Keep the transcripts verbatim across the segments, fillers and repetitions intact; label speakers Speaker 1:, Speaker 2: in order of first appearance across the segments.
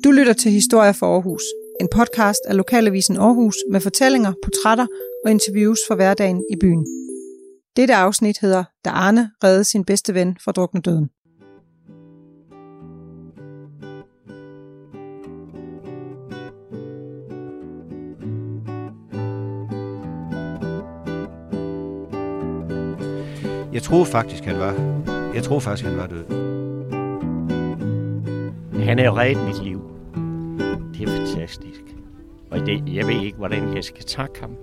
Speaker 1: Du lytter til Historier for Aarhus, en podcast af Lokalavisen Aarhus med fortællinger, portrætter og interviews fra hverdagen i byen. Dette afsnit hedder Da Arne reddede sin bedste ven fra druknedøden.
Speaker 2: Jeg troede faktisk, han var. Jeg troede faktisk, han var død.
Speaker 3: Han har jo reddet mit liv. Det er fantastisk. Og det, jeg ved ikke, hvordan jeg skal takke ham.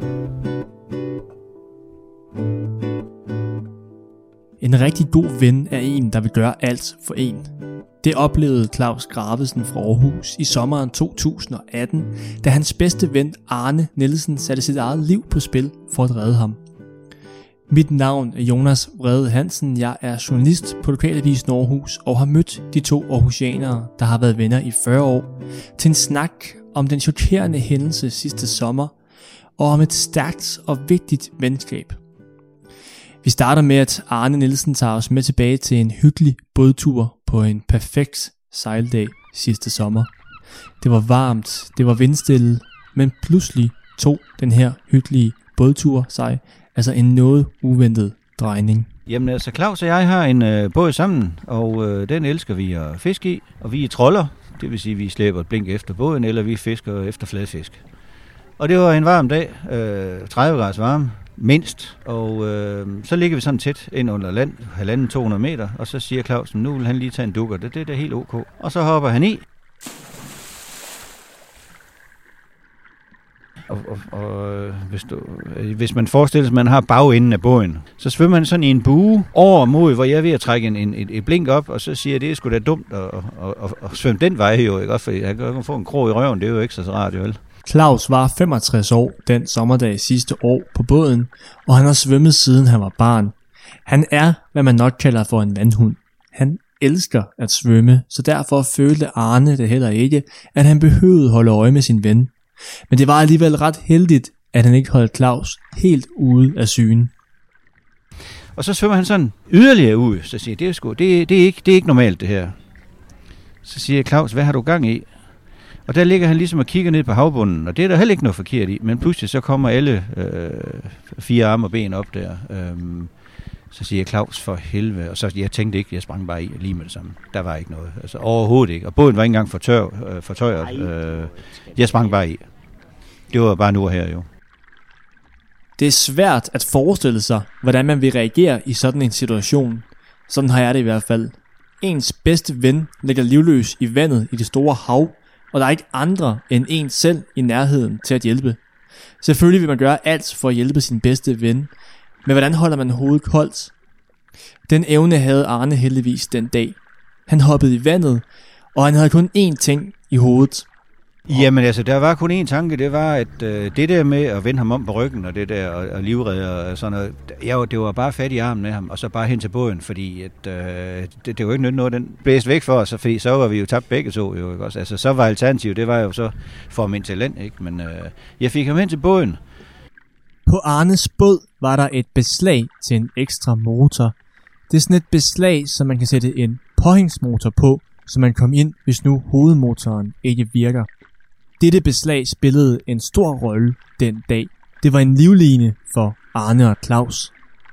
Speaker 4: En rigtig god ven er en, der vil gøre alt for en. Det oplevede Claus Gravesen fra Aarhus i sommeren to tusind og atten, da hans bedste ven Arne Nielsen satte sit eget liv på spil for at redde ham. Mit navn er Jonas Vrede Hansen. Jeg er journalist på Lokalavisen Aarhus og har mødt de to aarhusianere, der har været venner i fyrre år, til en snak om den chokerende hændelse sidste sommer og om et stærkt og vigtigt venskab. Vi starter med, at Arne Nielsen tager os med tilbage til en hyggelig bådtur på en perfekt sejldag sidste sommer. Det var varmt, det var vindstille, men pludselig tog den her hyggelige bådtur sig altså en noget uventet drejning.
Speaker 2: Jamen altså, Claus og jeg har en øh, båd sammen, og øh, den elsker vi at fiske i. Og vi er troller, det vil sige, at vi slæber et blink efter båden, eller vi fisker efter fladfisk. Og det var en varm dag, øh, tredive grader varme, mindst. Og øh, så ligger vi sådan tæt ind under land, halvanden to hundrede meter, og så siger Claus, nu vil han lige tage en dukker, det, det er helt ok. Og så hopper han i. Og, og, og hvis, du, hvis man forestiller sig, at man har bagenden af båden, så svømmer man sådan i en bue over mod, hvor jeg er ved at trække en, en, et blink op, og så siger jeg, det er sgu da dumt at, at, at, at svømme den vej jo, ikke? For jeg kan få en krog i røven, det er jo ikke så rart, vel?
Speaker 4: Claus var femogtres år den sommerdag sidste år på båden, og han har svømmet siden han var barn. Han er, hvad man nok kalder for en vandhund. Han elsker at svømme, så derfor følte Arne det heller ikke, at han behøvede holde øje med sin ven. Men det var alligevel ret heldigt, at han ikke holdt Claus helt ude af syne.
Speaker 2: Og så svømmer han sådan yderligere ud, så siger jeg, det er, sgu, det, det, er ikke, det er ikke normalt det her. Så siger jeg, Claus, hvad har du gang i? Og der ligger han ligesom og kigger ned på havbunden, og det er der heller ikke noget forkert i, men pludselig så kommer alle øh, fire arme og ben op der. Øhm, så siger jeg, Claus, for helvede. Og så jeg tænkte ikke, jeg sprang bare i lige med det samme. Der var ikke noget. Altså overhovedet ikke. Og båden var ikke engang for tør, øh, for tøjet. Øh, jeg sprang bare i. Det var bare nu og her jo.
Speaker 4: Det er svært at forestille sig, hvordan man vil reagere i sådan en situation. Sådan har jeg det i hvert fald. Ens bedste ven ligger livløs i vandet i det store hav, og der er ikke andre end en selv i nærheden til at hjælpe. Selvfølgelig vil man gøre alt for at hjælpe sin bedste ven, men hvordan holder man hovedet koldt? Den evne havde Arne heldigvis den dag. Han hoppede i vandet, og han havde kun én ting i hovedet.
Speaker 2: Jamen altså, der var kun én tanke, det var, at øh, det der med at vende ham om på ryggen, og det der, og, og livredder og sådan noget, jeg, det var bare fat i armen med ham, og så bare hen til båden, fordi at, øh, det, det var ikke noget, den blæste væk for os, fordi så var vi jo tabt begge to, jo, ikke også? Altså, så var alternativet, det var jo så for ham ind til land, ikke? Men øh, jeg fik ham hen til båden.
Speaker 4: På Arnes båd var der et beslag til en ekstra motor. Det er sådan et beslag, som man kan sætte en påhængsmotor på, så man kom ind, hvis nu hovedmotoren ikke virker. Dette beslag spillede en stor rolle den dag. Det var en livline for Arne og Claus.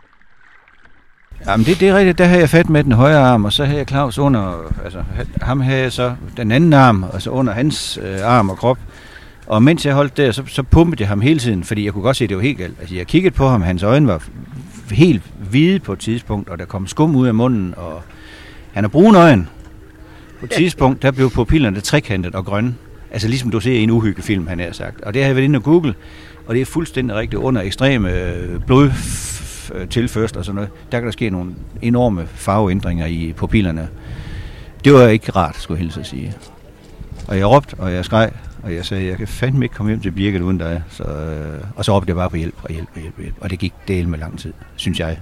Speaker 2: Jamen det, det er rigtigt, der havde jeg fat med den højre arm, og så havde jeg Claus under, altså ham havde jeg så den anden arm, altså under hans øh, arm og krop. Og mens jeg holdt der, så, så pumpede jeg ham hele tiden, fordi jeg kunne godt se, at det var helt galt. Altså jeg kiggede på ham, hans øjne var helt hvide på et tidspunkt, og der kom skum ud af munden, og han har brune øjne. På et tidspunkt, der blev pupillerne trekantet og grønne. Altså ligesom du ser i en uhyggelig film, han har sagt. Og det har jeg været inde og Google, og det er fuldstændig rigtigt. Under ekstreme blodtilførsel og sådan noget, der kan der ske nogle enorme farveændringer i pupillerne. Det var ikke rart, skulle jeg hilse at sige. Og jeg råbte, og jeg skreg, og jeg sagde, jeg kan fandme ikke komme hjem til Birgit uden dig. Så, øh, og så råbte jeg bare på hjælp, og hjælp, og hjælp, og hjælp. Og det gik del med lang tid, synes jeg.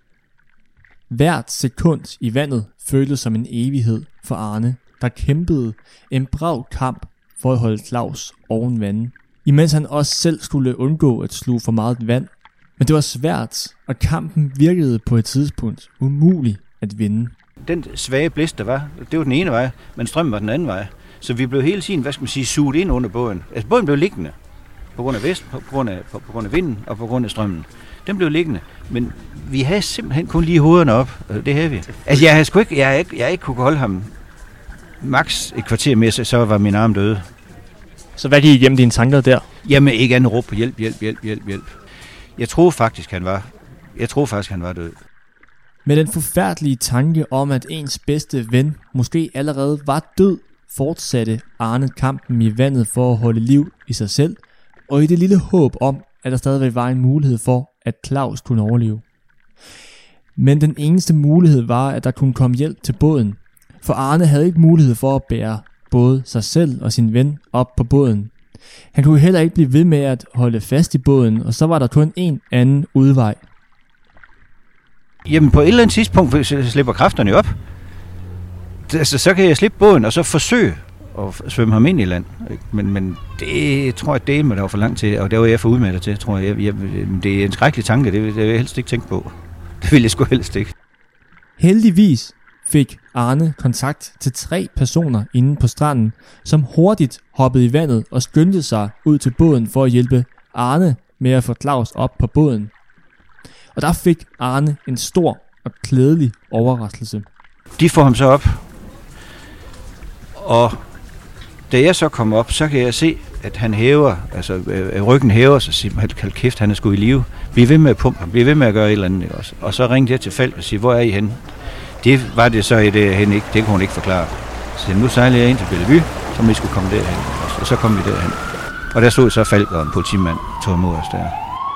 Speaker 4: Hvert sekund i vandet føltes som en evighed for Arne, der kæmpede en brav kamp for at holde Claus oven vandet, imens han også selv skulle undgå at sluge for meget vand. Men det var svært, og kampen virkede på et tidspunkt umulig at vinde.
Speaker 2: Den svage blæst, der var, det var den ene vej, men strømmen var den anden vej. Så vi blev hele tiden, hvad skal man sige, suget ind under båden. Altså båden blev liggende på grund af vest, på, på, grund af, på, på grund af vinden og på grund af strømmen. Den blev liggende, men vi havde simpelthen kun lige hovederne op. Det havde vi. Altså jeg havde sgu ikke, jeg havde ikke, jeg havde ikke kunne holde ham maks et kvarter med, så var min arm døde.
Speaker 4: Så hvad gik igennem dine tanker der?
Speaker 2: Jamen ikke andet råb på hjælp, hjælp, hjælp, hjælp, hjælp. Jeg troede faktisk, han var, jeg troede faktisk, han var død.
Speaker 4: Med den forfærdelige tanke om, at ens bedste ven måske allerede var død, fortsatte Arne kampen i vandet for at holde liv i sig selv, og i det lille håb om, at der stadigvæk var en mulighed for, at Claus kunne overleve. Men den eneste mulighed var, at der kunne komme hjælp til båden, for Arne havde ikke mulighed for at bære både sig selv og sin ven op på båden. Han kunne heller ikke blive ved med at holde fast i båden, og så var der kun en anden udvej.
Speaker 2: Jamen på et eller andet tidspunkt hvis jeg slipper kræfterne jo op. Altså, så kan jeg slippe båden og så forsøge at svømme ham ind i land. Men, men det tror jeg, det var for langt til, og det var jeg for udmattet til, tror jeg. jeg. Det er en skrækkelig tanke, det vil jeg helst ikke tænke på. Det vil jeg sgu helst ikke.
Speaker 4: Heldigvis fik Arne kontakt til tre personer inde på stranden, som hurtigt hoppede i vandet og skyndte sig ud til båden for at hjælpe Arne med at få Claus op på båden. Og der fik Arne en stor og glædelig overraskelse.
Speaker 2: De får ham så op, og da jeg så kommer op, så kan jeg se, at han hæver, altså øh, ryggen hæver sig, og siger, hold kæft, han er sgu i live. Bliv ved med at pumpe ham, bliv ved med at gøre et eller andet. Også. Og så ringte jeg til Falk og siger, hvor er I henne? Det var det så i det hen ikke, det kunne hun ikke forklare. Så nu sejler jeg ind til Bellevue, så vi skulle komme derhen. Og så kom vi derhen. Og der stod så Falk og en politimand tog imod os der.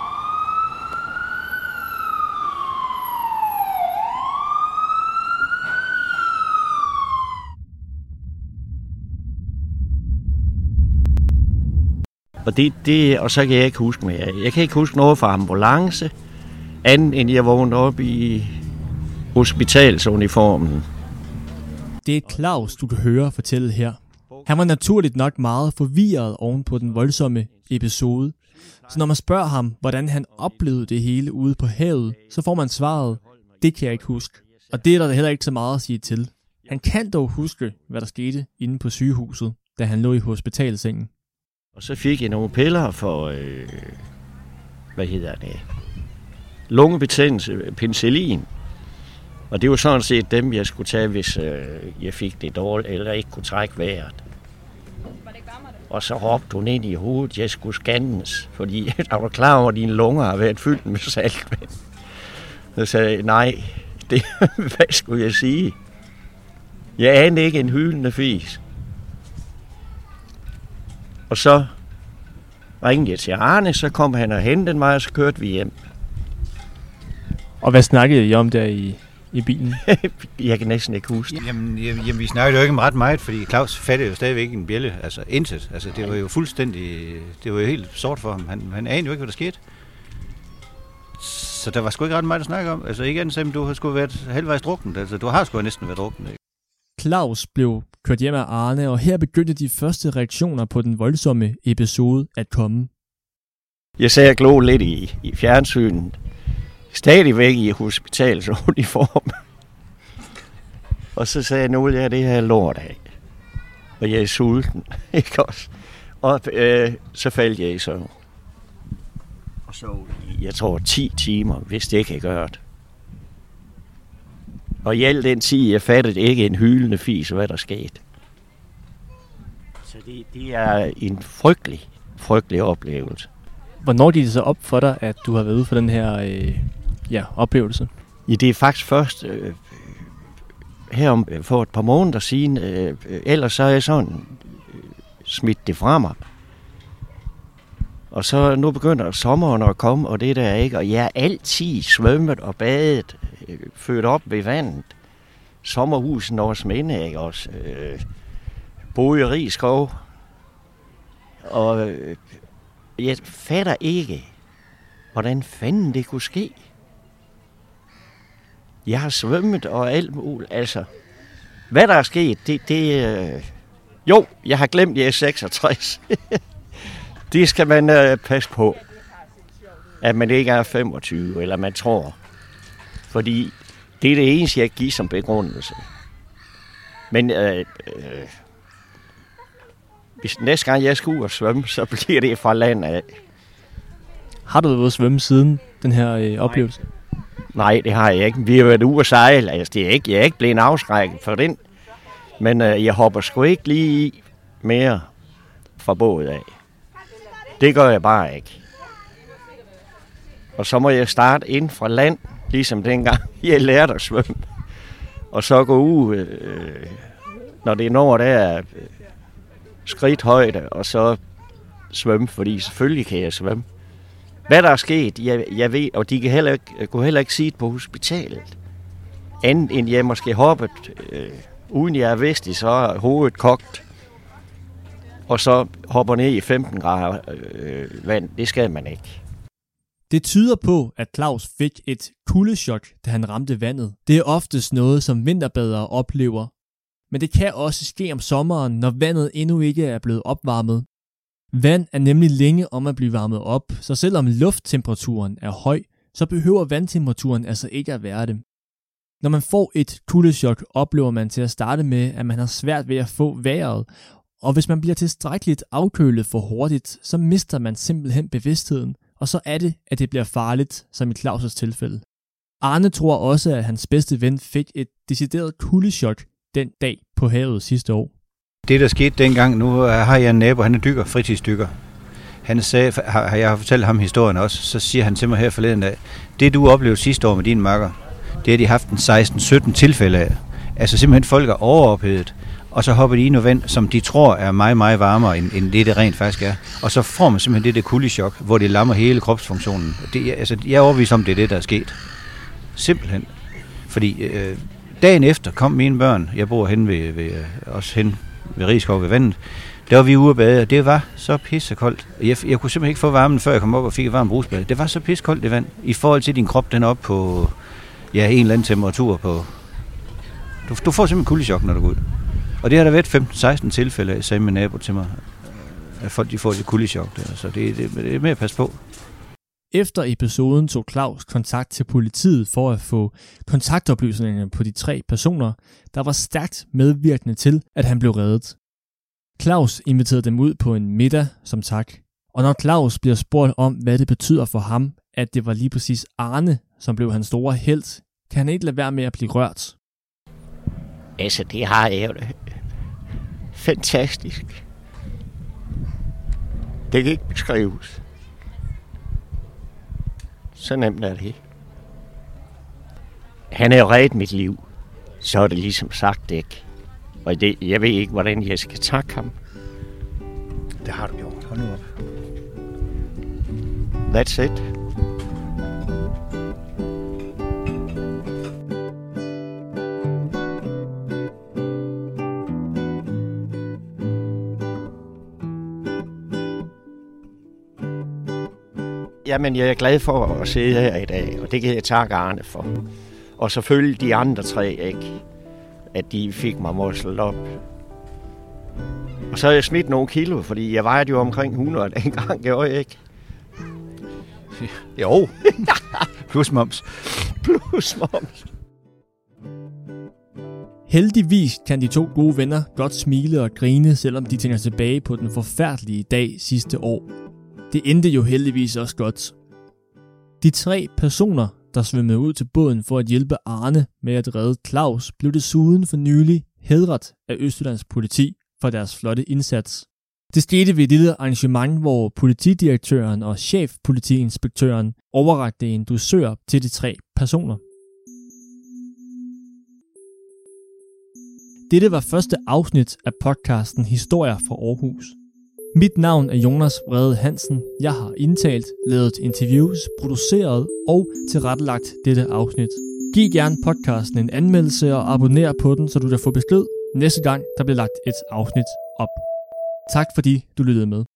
Speaker 3: Og, det, det, og så kan jeg ikke huske mere. Jeg kan ikke huske noget fra ambulance, andet end jeg vågnede op i hospitalsuniformen.
Speaker 4: Det er Claus, du kan høre fortælle her. Han var naturligt nok meget forvirret oven på den voldsomme episode. Så når man spørger ham, hvordan han oplevede det hele ude på havet, så får man svaret, det kan jeg ikke huske. Og det er der heller ikke så meget at sige til. Han kan dog huske, hvad der skete inde på sygehuset, da han lå i hospitalsengen.
Speaker 3: Og så fik jeg nogle piller for, øh, hvad hedder det, lungebetændelse, penicillin. Og det var sådan set dem, jeg skulle tage, hvis øh, jeg fik det dårligt, eller ikke kunne trække vejret. Og så råbte hun ind i hovedet, jeg skulle scannes, fordi jeg var klar over, at dine lunger har været fyldt med saltvand. Så sagde jeg, nej, det, hvad skulle jeg sige? Jeg anede ikke en hylende fis. Og så ringede jeg til Arne, så kom han og hentede mig, og så kørte vi hjem.
Speaker 4: Og hvad snakkede I om der i, i bilen?
Speaker 3: Jeg kan næsten ikke huske det.
Speaker 2: Jamen, jamen, vi snakkede jo ikke om ret meget, fordi Claus fattede jo stadigvæk en bjælle, altså intet. Altså, det var jo fuldstændig, det var jo helt sort for ham. Han, han anede jo ikke, hvad der skete. Så der var sgu ikke ret meget at snakke om. Altså ikke andet som, du har sgu været halvvejs druknet. Altså, du har sgu næsten været druknet, ikke?
Speaker 4: Claus blev kørt hjem af Arne, og her begyndte de første reaktioner på den voldsomme episode at komme.
Speaker 3: Jeg sagde, jeg glå lidt i, i fjernsynet. Stadigvæk i hospitalsuniform. Og så sagde jeg, nu vil jeg det her lort af. Og jeg er sulten, ikke også? Og øh, så faldt jeg i søvn. Og så, jeg tror, ti timer, hvis det ikke kan gøre det. Og i al den tid, jeg fattede ikke en hylende fis, hvad der skete. Så det, det er en frygtelig, frygtelig oplevelse.
Speaker 4: Hvornår gik det så op for dig, at du har været ude for den her øh, ja, oplevelse?
Speaker 3: Ja, det er faktisk først øh, her om, for et par måneder siden. Øh, ellers så er jeg sådan øh, smidt det fra mig. Og så nu begynder sommeren at komme, og det der ikke. Og jeg er altid svømmet og badet, øh, født op ved vandet. Sommerhusen Nords Minde, ikke også? Øh, boede i Rigskov. Og øh, jeg fatter ikke, hvordan fanden det kunne ske. Jeg har svømmet og alt muligt. Altså, hvad der er sket, det... det øh... Jo, jeg har glemt, jeg er seksogtres. Det skal man øh, passe på, at man ikke er femogtyve, eller man tror. Fordi det er det eneste, jeg giver som begrundelse. Men øh, øh, hvis næste gang jeg skal ud og svømme, så bliver det fra land af.
Speaker 4: Har du været ude at svømme siden den her øh, oplevelse?
Speaker 3: Nej, det har jeg ikke. Vi har været ude at sejle. Altså, det er ikke, jeg er ikke blevet afskrækket for den. Men øh, jeg hopper sgu ikke lige i mere fra bådet af. Det gør jeg bare ikke. Og så må jeg starte ind fra land, ligesom dengang jeg lærte at svømme. Og så gå ud, øh, når det når der er skridthøjde, og så svømme, fordi selvfølgelig kan jeg svømme. Hvad der er sket, jeg, jeg ved, og de kan heller ikke, kunne heller ikke sige det på hospitalet. Andet end jeg måske hoppet, øh, uden jeg er vidst, så er hovedet kogt. Og så hopper ned i femten grader øh, vand. Det skal man ikke.
Speaker 4: Det tyder på, at Claus fik et kuldechok, da han ramte vandet. Det er oftest noget, som vinterbadere oplever. Men det kan også ske om sommeren, når vandet endnu ikke er blevet opvarmet. Vand er nemlig længe om at blive varmet op, så selvom lufttemperaturen er høj, så behøver vandtemperaturen altså ikke at være det. Når man får et kuldechok, oplever man til at starte med, at man har svært ved at få vejret, og hvis man bliver tilstrækkeligt afkølet for hurtigt, så mister man simpelthen bevidstheden, og så er det, at det bliver farligt, som i Claus' tilfælde. Arne tror også, at hans bedste ven fik et decideret kuldechok den dag på havet sidste år.
Speaker 2: Det, der skete dengang, nu har jeg en nabo, han er dykker, fritidsdykker. Han sagde, har jeg har fortalt ham historien også, så siger han til mig her forleden dag, det du oplevede sidste år med dine makker, det har de haft en seksten sytten tilfælde af. Altså simpelthen folk er overophedet, og så hopper de i noget vand, som de tror er meget, meget varmere, end, end det, det rent faktisk er. Og så får man simpelthen det der kuldechok, hvor det lammer hele kropsfunktionen. Det, altså, jeg er overbevist om, det er det, der er sket. Simpelthen. Fordi øh, dagen efter kom mine børn, jeg bor hen ved, ved, også hen ved Rigskov ved vandet, der var vi ude at bade, og det var så pissekoldt. Jeg, jeg kunne simpelthen ikke få varmen, før jeg kom op og fik et varmt brusbad. Det var så pissekoldt, det vand. I forhold til din krop, den er op på ja, en eller anden temperatur på. Du, du får simpelthen kuldechok, når du går ud. Og det har der været femten seksten tilfælde af, sagde min nabo til mig, at folk de får det kuldechok. Så det, det, det er med at passe på.
Speaker 4: Efter episoden tog Claus kontakt til politiet for at få kontaktoplysningerne på de tre personer, der var stærkt medvirkende til, at han blev reddet. Claus inviterede dem ud på en middag som tak. Og når Claus bliver spurgt om, hvad det betyder for ham, at det var lige præcis Arne, som blev hans store helt, kan han ikke lade være med at blive rørt.
Speaker 3: Altså, det har jeg jo fantastisk. Det kan ikke beskrives. Så nemt er det. Han har jo reddet mit liv. Så er det ligesom sagt ikke. Og det, jeg ved ikke, hvordan jeg skal takke ham.
Speaker 2: Det har du gjort. Hold nu op.
Speaker 3: That's it. Jamen, jeg er glad for at sidde her i dag, og det kan jeg takke Arne for. Og selvfølgelig de andre tre, ikke? At de fik mig moslet op. Og så har jeg smidt nogle kilo, fordi jeg vejede jo omkring hundrede dengang, gjorde jeg ikke?
Speaker 2: Jo. Plus moms.
Speaker 3: Plus moms.
Speaker 4: Heldigvis kan de to gode venner godt smile og grine, selvom de tænker tilbage på den forfærdelige dag sidste år. Det endte jo heldigvis også godt. De tre personer, der svømmede ud til båden for at hjælpe Arne med at redde Claus, blev desuden for nylig hædret af Østjyllands politi for deres flotte indsats. Det skete ved et lille arrangement, hvor politidirektøren og chefpolitiinspektøren overrakte en dusør til de tre personer. Dette var første afsnit af podcasten Historier fra Aarhus. Mit navn er Jonas Vrede Hansen. Jeg har indtalt, lavet interviews, produceret og tilrettelagt dette afsnit. Giv gerne podcasten en anmeldelse og abonner på den, så du kan få besked næste gang, der bliver lagt et afsnit op. Tak fordi du lyttede med.